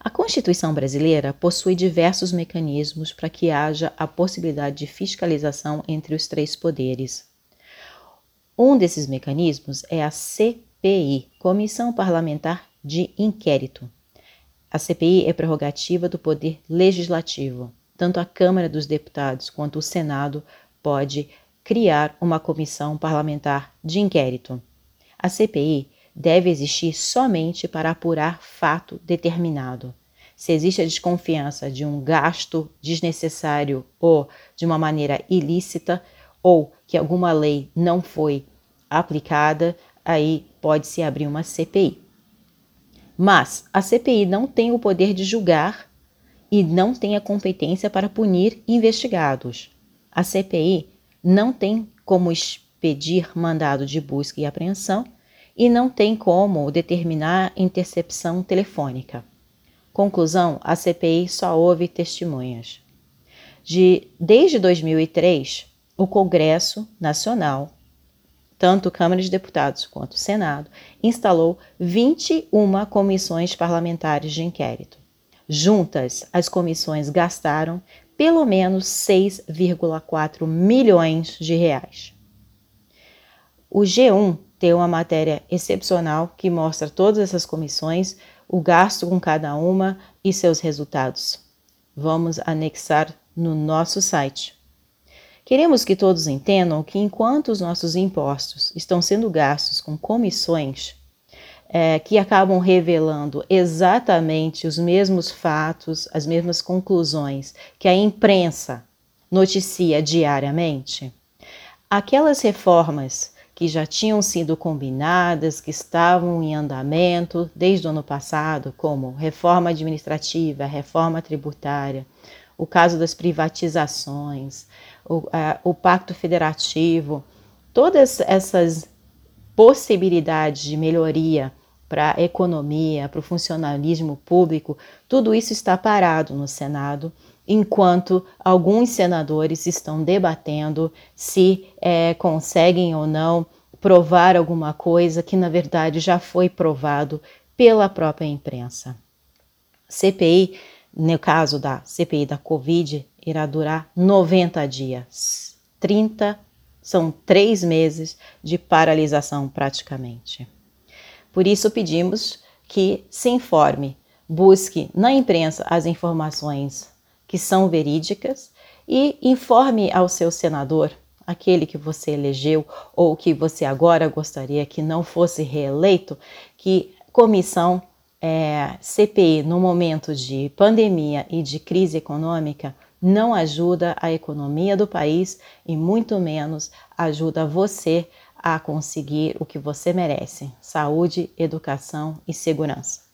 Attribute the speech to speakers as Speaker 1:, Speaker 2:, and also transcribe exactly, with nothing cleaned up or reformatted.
Speaker 1: A Constituição brasileira possui diversos mecanismos para que haja a possibilidade de fiscalização entre os três poderes. Um desses mecanismos é a C P I, Comissão Parlamentar de Inquérito. A C P I é prerrogativa do Poder Legislativo. Tanto a Câmara dos Deputados quanto o Senado pode criar uma comissão parlamentar de inquérito. A C P I deve existir somente para apurar fato determinado. Se existe a desconfiança de um gasto desnecessário ou de uma maneira ilícita, ou que alguma lei não foi aplicada, aí pode-se abrir uma C P I. Mas a C P I não tem o poder de julgar e não tem a competência para punir investigados. A C P I não tem como expedir mandado de busca e apreensão e não tem como determinar intercepção telefônica. Conclusão, a C P I só ouve testemunhas. De, desde dois mil e três, o Congresso Nacional, tanto Câmara de Deputados quanto o Senado, instalou vinte e uma comissões parlamentares de inquérito. Juntas, as comissões gastaram pelo menos seis vírgula quatro milhões de reais. O G um tem uma matéria excepcional que mostra todas essas comissões, o gasto com cada uma e seus resultados. Vamos anexar no nosso site. Queremos que todos entendam que enquanto os nossos impostos estão sendo gastos com comissões é, que acabam revelando exatamente os mesmos fatos, as mesmas conclusões que a imprensa noticia diariamente, aquelas reformas que já tinham sido combinadas, que estavam em andamento desde o ano passado, como reforma administrativa, reforma tributária, o caso das privatizações, o, a, o pacto federativo, todas essas possibilidades de melhoria para a economia, para o funcionalismo público, tudo isso está parado no Senado, enquanto alguns senadores estão debatendo se é, conseguem ou não provar alguma coisa que, na verdade, já foi provado pela própria imprensa. C P I, no caso da C P I da Covid, irá durar noventa dias. trinta são três meses de paralisação praticamente. Por isso pedimos que se informe, busque na imprensa as informações que são verídicas e informe ao seu senador, aquele que você elegeu ou que você agora gostaria que não fosse reeleito, que comissão é, C P I no momento de pandemia e de crise econômica não ajuda a economia do país e muito menos ajuda você a conseguir o que você merece: saúde, educação e segurança.